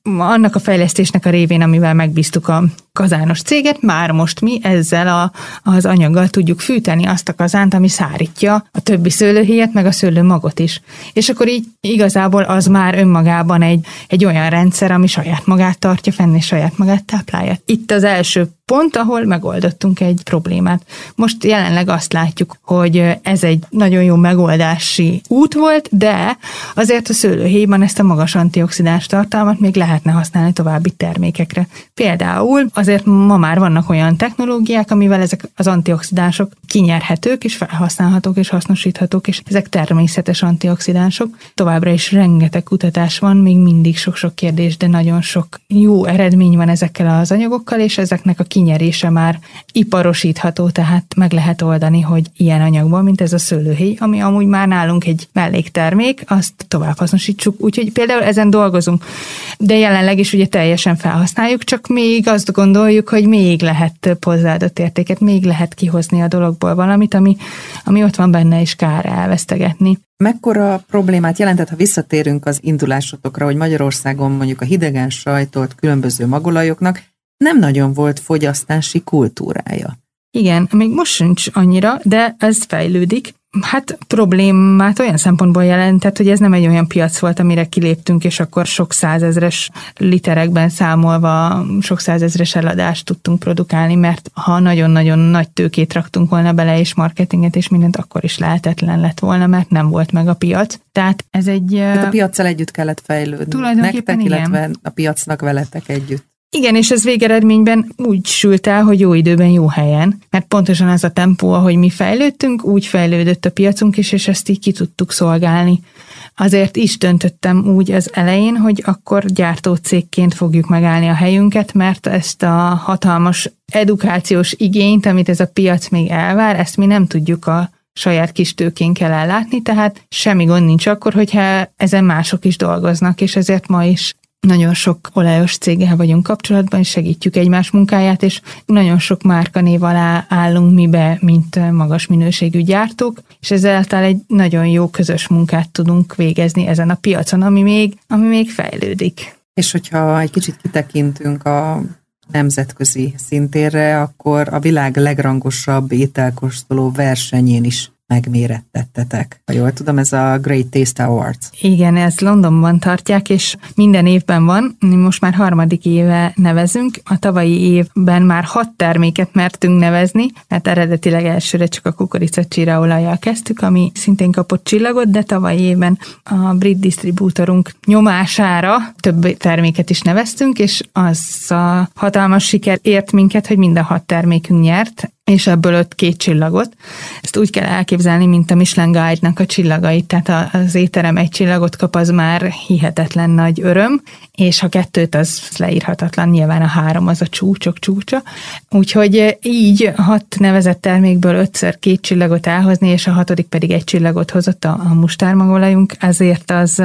annak a fejlesztésnek a révén, amivel megbíztuk a kazános céget, már most mi ezzel az anyaggal tudjuk fűteni azt a kazánt, ami szárítja a többi szőlőhéjat, meg a szőlőmagot is. És akkor így igazából az már önmagában egy olyan rendszer, ami saját magát tartja fenn, és saját magát táplálja. Itt az első pont, ahol megoldottunk egy problémát. Most jelenleg azt látjuk, hogy ez egy nagyon jó megoldási út volt, de azért a szőlőhéjban ezt a magas antioxidáns tartalmat még lehetne használni további termékekre. Például azért ma már vannak olyan technológiák, amivel ezek az antioxidánsok kinyerhetők, és felhasználhatók, és hasznosíthatók, és ezek természetes antioxidánsok. Továbbra is rengeteg kutatás van, még mindig sok-sok kérdés, de nagyon sok jó eredmény van ezekkel az anyagokkal, és ezeknek a kinyerése már iparosítható, tehát meg lehet oldani, hogy ilyen anyagból, mint ez a szőlőhéj, ami amúgy már nálunk egy melléktermék, azt tovább hasznosítsuk, úgyhogy például ezen dolgozunk. De jelenleg is ugye teljesen felhasználjuk, csak még azt gondoljuk, hogy még lehet több hozzáadott értéket, még lehet kihozni a dologból valamit, ami ott van benne, és kár elvesztegetni. Mekkora problémát jelentett, ha visszatérünk az indulásotokra, hogy Magyarországon mondjuk a hidegen sajtolt különböző magolajoknak nem nagyon volt fogyasztási kultúrája? Igen, még most sincs annyira, de ez fejlődik. Hát problémát olyan szempontból jelentett, hogy ez nem egy olyan piac volt, amire kiléptünk, és akkor sok százezres literekben számolva sok százezres eladást tudtunk produkálni, mert ha nagyon-nagyon nagy tőkét raktunk volna bele, és marketinget, és mindent, akkor is lehetetlen lett volna, mert nem volt meg a piac. Tehát ez egy... Tehát a piaccal együtt kellett fejlődni. Tulajdonképpen nektek, igen. Illetve a piacnak veletek együtt. Igen, és ez végeredményben úgy sült el, hogy jó időben, jó helyen, mert pontosan az a tempó, ahogy mi fejlődtünk, úgy fejlődött a piacunk is, és ezt így ki tudtuk szolgálni. Azért is döntöttem úgy az elején, hogy akkor gyártócégként fogjuk megállni a helyünket, mert ezt a hatalmas edukációs igényt, amit ez a piac még elvár, ezt mi nem tudjuk a saját kis tőkénkkel ellátni, tehát semmi gond nincs akkor, hogyha ezen mások is dolgoznak, és ezért ma is nagyon sok olajos céggel vagyunk kapcsolatban, és segítjük egymás munkáját, és nagyon sok márkanév alá állunk mi be, mint magas minőségű gyártók, és ezáltal egy nagyon jó közös munkát tudunk végezni ezen a piacon, ami még fejlődik. És hogyha egy kicsit kitekintünk a nemzetközi szintérre, akkor a világ legrangosabb ételkóstoló versenyén is megmérettettetek. Ha jól tudom, ez a Great Taste Awards. Igen, ez Londonban tartják, és minden évben van. Most már 3. éve nevezünk. A tavalyi évben már 6 terméket mertünk nevezni, mert eredetileg elsőre csak a kukorica csíraolajjal kezdtük, ami szintén kapott csillagot, de tavalyi évben a brit disztribútorunk nyomására több terméket is neveztünk, és az a hatalmas siker ért minket, hogy mind a 6 termékünk nyert, és ebből 5 2 csillagot. Ezt úgy kell elképzelni, mint a Michelin Guide-nak a csillagait, tehát az étterem 1 csillagot kap, az már hihetetlen nagy öröm, és ha 2, az leírhatatlan, nyilván a 3 az a csúcsok csúcsa. Úgyhogy így 6 nevezett termékből 5-ször 2 csillagot elhozni, és a 6. pedig 1 csillagot hozott a mustármagolajunk, ezért az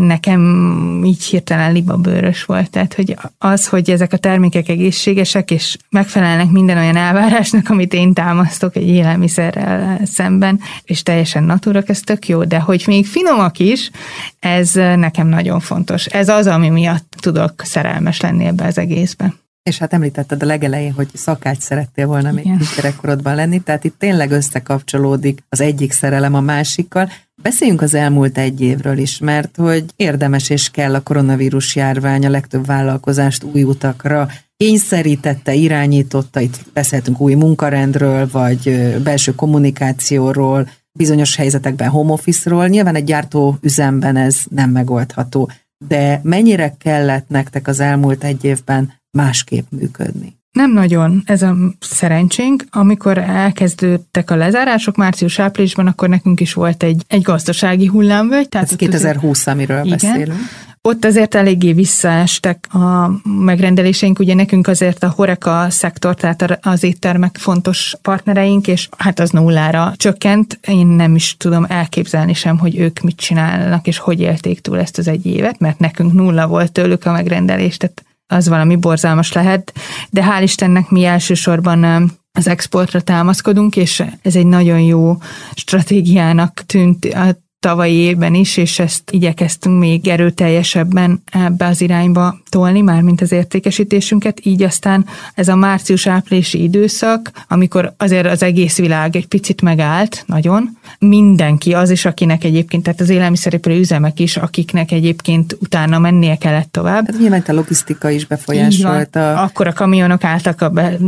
nekem így hirtelen libabőrös volt. Tehát hogy ezek a termékek egészségesek, és megfelelnek minden olyan elvárásnak, amit én támasztok egy élelmiszerrel szemben, és teljesen naturak, ez tök jó, de hogy még finomak is, ez nekem nagyon fontos. Ez az, ami miatt tudok szerelmes lenni ebbe az egészbe. És hát említetted a legelején, hogy szakács szerettél volna még kisgyerekkorodban lenni, tehát itt tényleg összekapcsolódik az egyik szerelem a másikkal. Beszéljünk az elmúlt 1 évről is, mert hogy érdemes és kell a koronavírus járvány a legtöbb vállalkozást új utakra kényszerítette, irányította, itt beszéltünk új munkarendről, vagy belső kommunikációról, bizonyos helyzetekben home office-ról. Nyilván egy gyártóüzemben ez nem megoldható, de mennyire kellett nektek az elmúlt 1 évben másképp működni? Nem nagyon, ez a szerencsénk. Amikor elkezdődtek a lezárások március-áprilisban, akkor nekünk is volt egy gazdasági hullámvölgy. Tehát ez 2020, amiről beszélünk. Ott azért eléggé visszaestek a megrendeléseink, ugye nekünk azért a HoReCa szektor, tehát az éttermek fontos partnereink, és hát az 0-ra csökkent. Én nem is tudom elképzelni sem, hogy ők mit csinálnak, és hogy élték túl ezt az 1 évet, mert nekünk 0 volt tőlük a megrendelés, tehát az valami borzalmas lehet, de hál' Istennek mi elsősorban az exportra támaszkodunk, és ez egy nagyon jó stratégiának tűnt a tavalyi évben is, és ezt igyekeztünk még erőteljesebben ebbe az irányba tolni, mármint az értékesítésünket, így aztán ez a március-áprilisi időszak, amikor azért az egész világ egy picit megállt, nagyon, mindenki, az is, akinek egyébként, tehát az élelmiszeripari üzemek is, akiknek egyébként utána mennie kellett tovább. Hát nyilván a logisztika is befolyásolta. Akkor a kamionok álltak,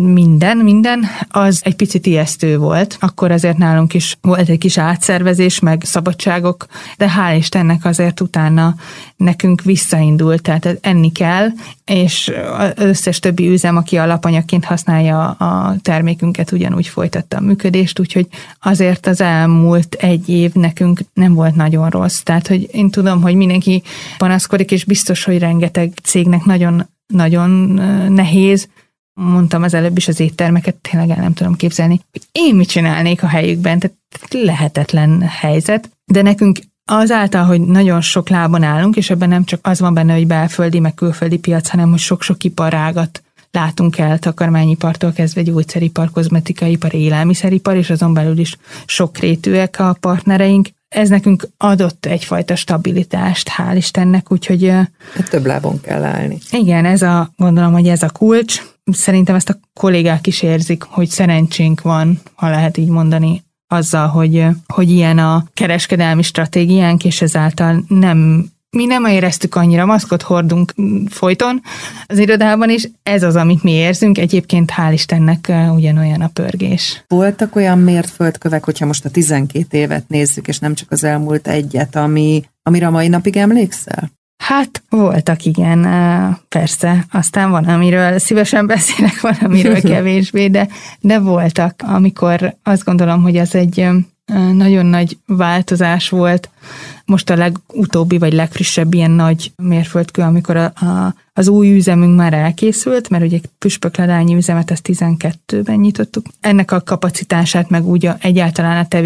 minden, az egy picit ijesztő volt. Akkor azért nálunk is volt egy kis átszervezés, meg szabadságok, de hál' Istennek azért utána nekünk visszaindult, tehát enni kell, és az összes többi üzem, aki alapanyagként használja a termékünket, ugyanúgy folytatta a működést, úgyhogy azért az elmúlt egy év nekünk nem volt nagyon rossz. Tehát, hogy én tudom, hogy mindenki panaszkodik, és biztos, hogy rengeteg cégnek nagyon, nagyon nehéz. Mondtam az előbb is az éttermeket, tényleg el nem tudom képzelni, hogy én mit csinálnék a helyükben, tehát lehetetlen helyzet, de nekünk azáltal, hogy nagyon sok lábon állunk, és ebben nem csak az van benne, hogy belföldi, meg külföldi piac, hanem hogy sok-sok iparágat látunk el, takarmányipartól kezdve gyógyszeripar, kozmetikaipar, élelmiszeripar, és azon belül is sokrétűek a partnereink. Ez nekünk adott egyfajta stabilitást, hál' Istennek, úgyhogy... Több lábon kell állni. Igen, gondolom, hogy ez a kulcs. Szerintem ezt a kollégák is érzik, hogy szerencsénk van, ha lehet így mondani, azzal, hogy ilyen a kereskedelmi stratégiánk, és ezáltal mi nem éreztük annyira, maszkot hordunk folyton az irodában is, ez az, amit mi érzünk, egyébként hál' Istennek ugyanolyan a pörgés. Voltak olyan mérföldkövek, hogyha most a 12 évet nézzük, és nem csak az elmúlt egyet, amire a mai napig emlékszel? Hát voltak, igen, persze. Aztán van, amiről szívesen beszélek, van, amiről kevésbé, de voltak, amikor azt gondolom, hogy az egy nagyon nagy változás volt. Most a legutóbbi, vagy legfrissebb ilyen nagy mérföldkő, amikor az új üzemünk már elkészült, mert ugye püspökladányi üzemet ezt 12-ben nyitottuk. Ennek a kapacitását, meg úgy egyáltalán a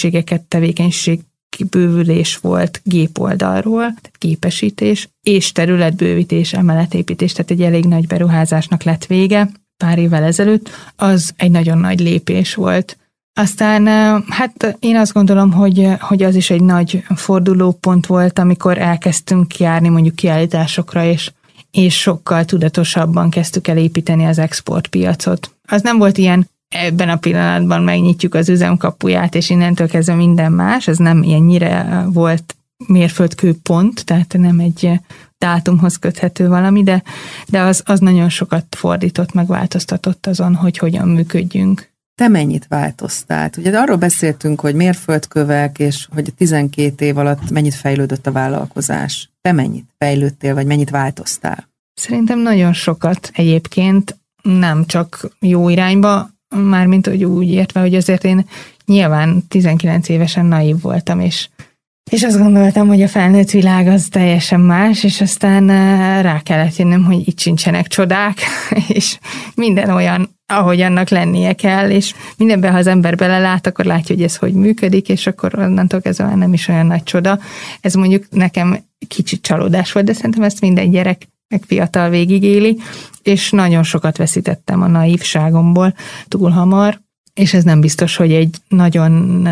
tevékenység-bővülés volt gépoldalról, tehát gépesítés, és területbővítés, emeletépítés, tehát egy elég nagy beruházásnak lett vége pár évvel ezelőtt, az egy nagyon nagy lépés volt. Aztán hát én azt gondolom, hogy az is egy nagy fordulópont volt, amikor elkezdtünk járni mondjuk kiállításokra, és sokkal tudatosabban kezdtük el építeni az exportpiacot. Az nem volt ilyen, ebben a pillanatban megnyitjuk az üzemkapuját, és innentől kezdve minden más, ez nem ilyennyire volt mérföldkőpont, tehát nem egy dátumhoz köthető valami, de az nagyon sokat fordított, meg változtatott azon, hogy hogyan működjünk. Te mennyit változtál? Ugye arról beszéltünk, hogy mérföldkövek, és hogy 12 év alatt mennyit fejlődött a vállalkozás. Te mennyit fejlődtél, vagy mennyit változtál? Szerintem nagyon sokat egyébként, nem csak jó irányba, mármint hogy úgy értve, hogy azért én nyilván 19 évesen naív voltam, és azt gondoltam, hogy a felnőtt világ az teljesen más, és aztán rá kellett jönnöm, hogy itt sincsenek csodák, és minden olyan, ahogy annak lennie kell, és mindenben, ha az ember belelát, akkor látja, hogy ez hogy működik, és akkor onnantól kezdve nem is olyan nagy csoda. Ez mondjuk nekem kicsit csalódás volt, de szerintem ezt minden gyerek meg fiatal végigéli, és nagyon sokat veszítettem a naívságomból túl hamar, és ez nem biztos, hogy egy nagyon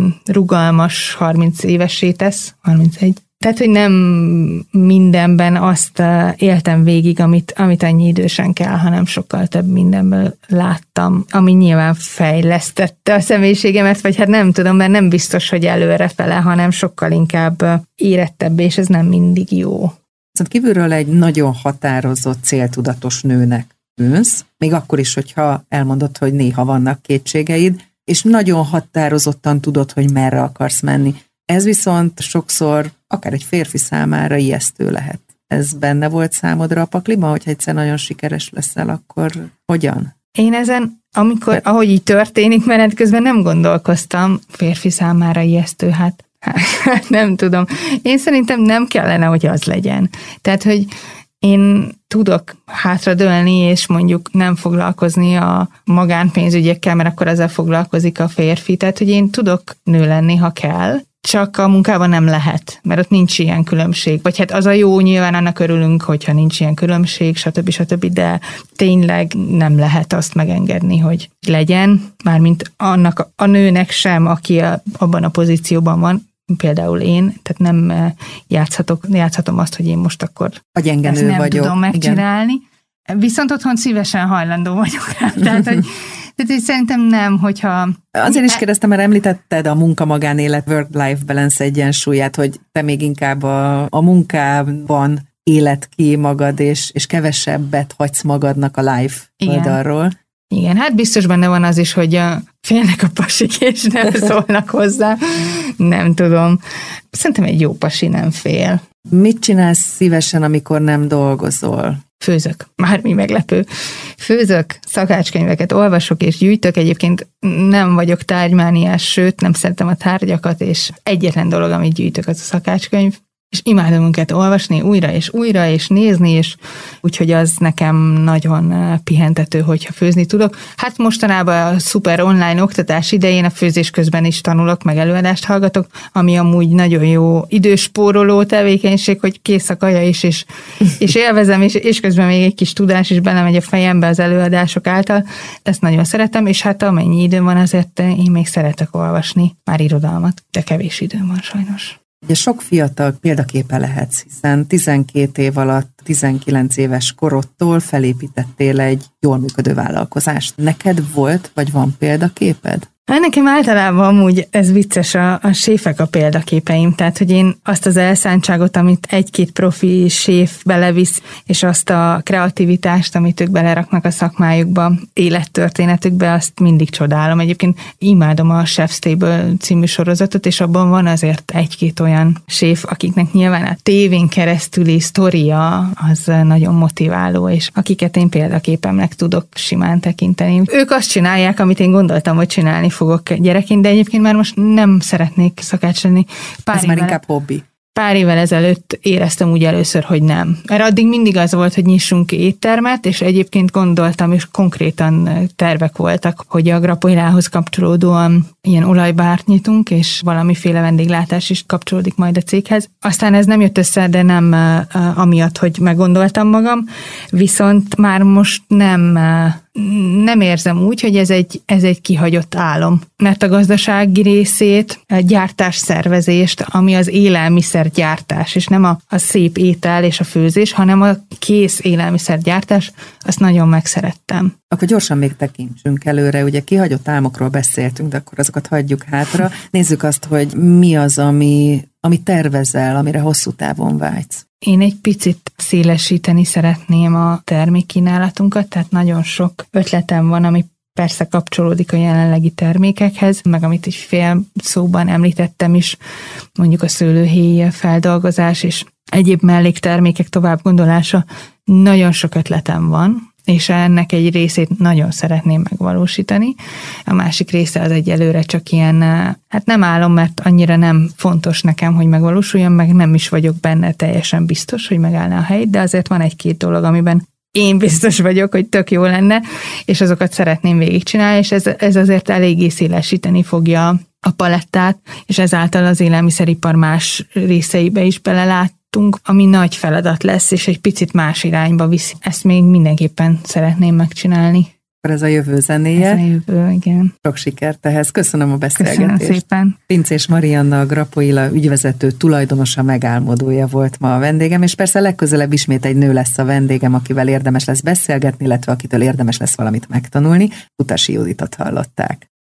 rugalmas 30 évessé tesz, 31. Tehát, hogy nem mindenben azt éltem végig, amit annyi idősen kell, hanem sokkal több mindenből láttam, ami nyilván fejlesztette a személyiségemet, vagy hát nem tudom, mert nem biztos, hogy előrefele, hanem sokkal inkább érettebb, és ez nem mindig jó. Szóval kívülről egy nagyon határozott, céltudatos nőnek tűnsz, még akkor is, hogyha elmondod, hogy néha vannak kétségeid, és nagyon határozottan tudod, hogy merre akarsz menni. Ez viszont sokszor akár egy férfi számára ijesztő lehet. Ez benne volt számodra a pakliban, hogyha egyszer nagyon sikeres leszel, akkor hogyan? Én ezen, ahogy így történik, menet közben nem gondolkoztam, férfi számára ijesztő, hát nem tudom. Én szerintem nem kellene, hogy az legyen. Tehát, hogy én tudok hátradőlni, és mondjuk nem foglalkozni a magánpénzügyekkel, mert akkor ezzel foglalkozik a férfi. Tehát, hogy én tudok nő lenni, ha kell, csak a munkában nem lehet, mert ott nincs ilyen különbség. Vagy hát az a jó, nyilván annak örülünk, hogyha nincs ilyen különbség, stb., de tényleg nem lehet azt megengedni, hogy legyen, mármint annak a nőnek sem, aki abban a pozícióban van. például én, tehát nem játszhatom azt, hogy én most akkor a gyengenő ezt nem vagyok. tudom megcsinálni. Igen. Viszont otthon szívesen hajlandó vagyok rá. Tehát szerintem nem, hogyha... Azért is kérdeztem, mert említetted a munka-magánélet work-life balance egyensúlyát, hogy te még inkább a munkában éled ki magad, és kevesebbet hagysz magadnak a life oldalról. Igen, hát biztos benne van az is, hogy félnek a pasik, és nem szólnak hozzá. Nem tudom. Szerintem egy jó pasi nem fél. Mit csinálsz szívesen, amikor nem dolgozol? Főzök. Mármi meglepő. Főzök, szakácskönyveket olvasok és gyűjtök. Egyébként nem vagyok tárgymániás, sőt, nem szeretem a tárgyakat, és egyetlen dolog, amit gyűjtök, az a szakácskönyv. És imádom őket olvasni újra, és nézni, és úgyhogy az nekem nagyon pihentető, hogyha főzni tudok. Hát mostanában a szuper online oktatás idején a főzés közben is tanulok, meg előadást hallgatok, ami amúgy nagyon jó időspóroló tevékenység, hogy kész a kaja is, és élvezem, és közben még egy kis tudás is belemegy a fejembe az előadások által. Ezt nagyon szeretem, és hát amennyi időm van, azért én még szeretek olvasni, már irodalmat, de kevés időm van sajnos. Ugye sok fiatal példaképe lehetsz, hiszen 12 év alatt, 19 éves korodtól felépítettél egy jól működő vállalkozást. Neked volt, vagy van példaképed? Nekem általában amúgy ez vicces, a séfek a példaképeim, tehát hogy én azt az elszántságot, amit egy-két profi séf belevisz, és azt a kreativitást, amit ők beleraknak a szakmájukba, élettörténetükbe, azt mindig csodálom. Egyébként imádom a Chef's Table című sorozatot, és abban van azért egy-két olyan séf, akiknek nyilván a tévén keresztüli sztoria az nagyon motiváló, és akiket én példaképemnek tudok simán tekinteni. Ők azt csinálják, amit én gondoltam, hogy csinálni fogok gyerekként, de egyébként már most nem szeretnék szakács lenni. Ez már inkább hobbi. Pár évvel ezelőtt éreztem úgy először, hogy nem. Mert addig mindig az volt, hogy nyissunk éttermet, és egyébként gondoltam, és konkrétan tervek voltak, hogy a Grapoilához kapcsolódóan ilyen olajbárt nyitunk, és valamiféle vendéglátás is kapcsolódik majd a céghez. Aztán ez nem jött össze, de nem amiatt, hogy meggondoltam magam, viszont már most nem érzem úgy, hogy ez egy kihagyott álom. Mert a gazdasági részét, a gyártásszervezést, ami az élelmiszergyártás, és nem a szép étel és a főzés, hanem a kész élelmiszergyártás, azt nagyon megszerettem. Akkor gyorsan még tekintsünk előre, ugye kihagyott álmokról beszéltünk, de akkor azokat hagyjuk hátra. Nézzük azt, hogy mi az, ami tervezel, amire hosszú távon vágysz. Én egy picit szélesíteni szeretném a termékkínálatunkat, tehát nagyon sok ötletem van, ami persze kapcsolódik a jelenlegi termékekhez, meg amit egy fél szóban említettem is, mondjuk a szőlőhéj feldolgozás és egyéb melléktermékek tovább gondolása. Nagyon sok ötletem van, és ennek egy részét nagyon szeretném megvalósítani. A másik része az egyelőre csak ilyen, hát nem álom, mert annyira nem fontos nekem, hogy megvalósuljon, meg nem is vagyok benne teljesen biztos, hogy megállná a helyét, de azért van egy-két dolog, amiben én biztos vagyok, hogy tök jó lenne, és azokat szeretném végigcsinálni, és ez azért eléggé szélesíteni fogja a palettát, és ezáltal az élelmiszeripar más részeibe is belelát, ami nagy feladat lesz, és egy picit más irányba viszi. Ezt még mindenképpen szeretném megcsinálni. Ez a jövő zenéje. Ez a jövő, igen. Sok sikert ehhez. Köszönöm a beszélgetést. Köszönöm szépen. Pinczés Marianna, a Grapoila ügyvezető tulajdonosa, megálmodója volt ma a vendégem, és persze legközelebb ismét egy nő lesz a vendégem, akivel érdemes lesz beszélgetni, illetve akitől érdemes lesz valamit megtanulni. Utasi Juditot hallották.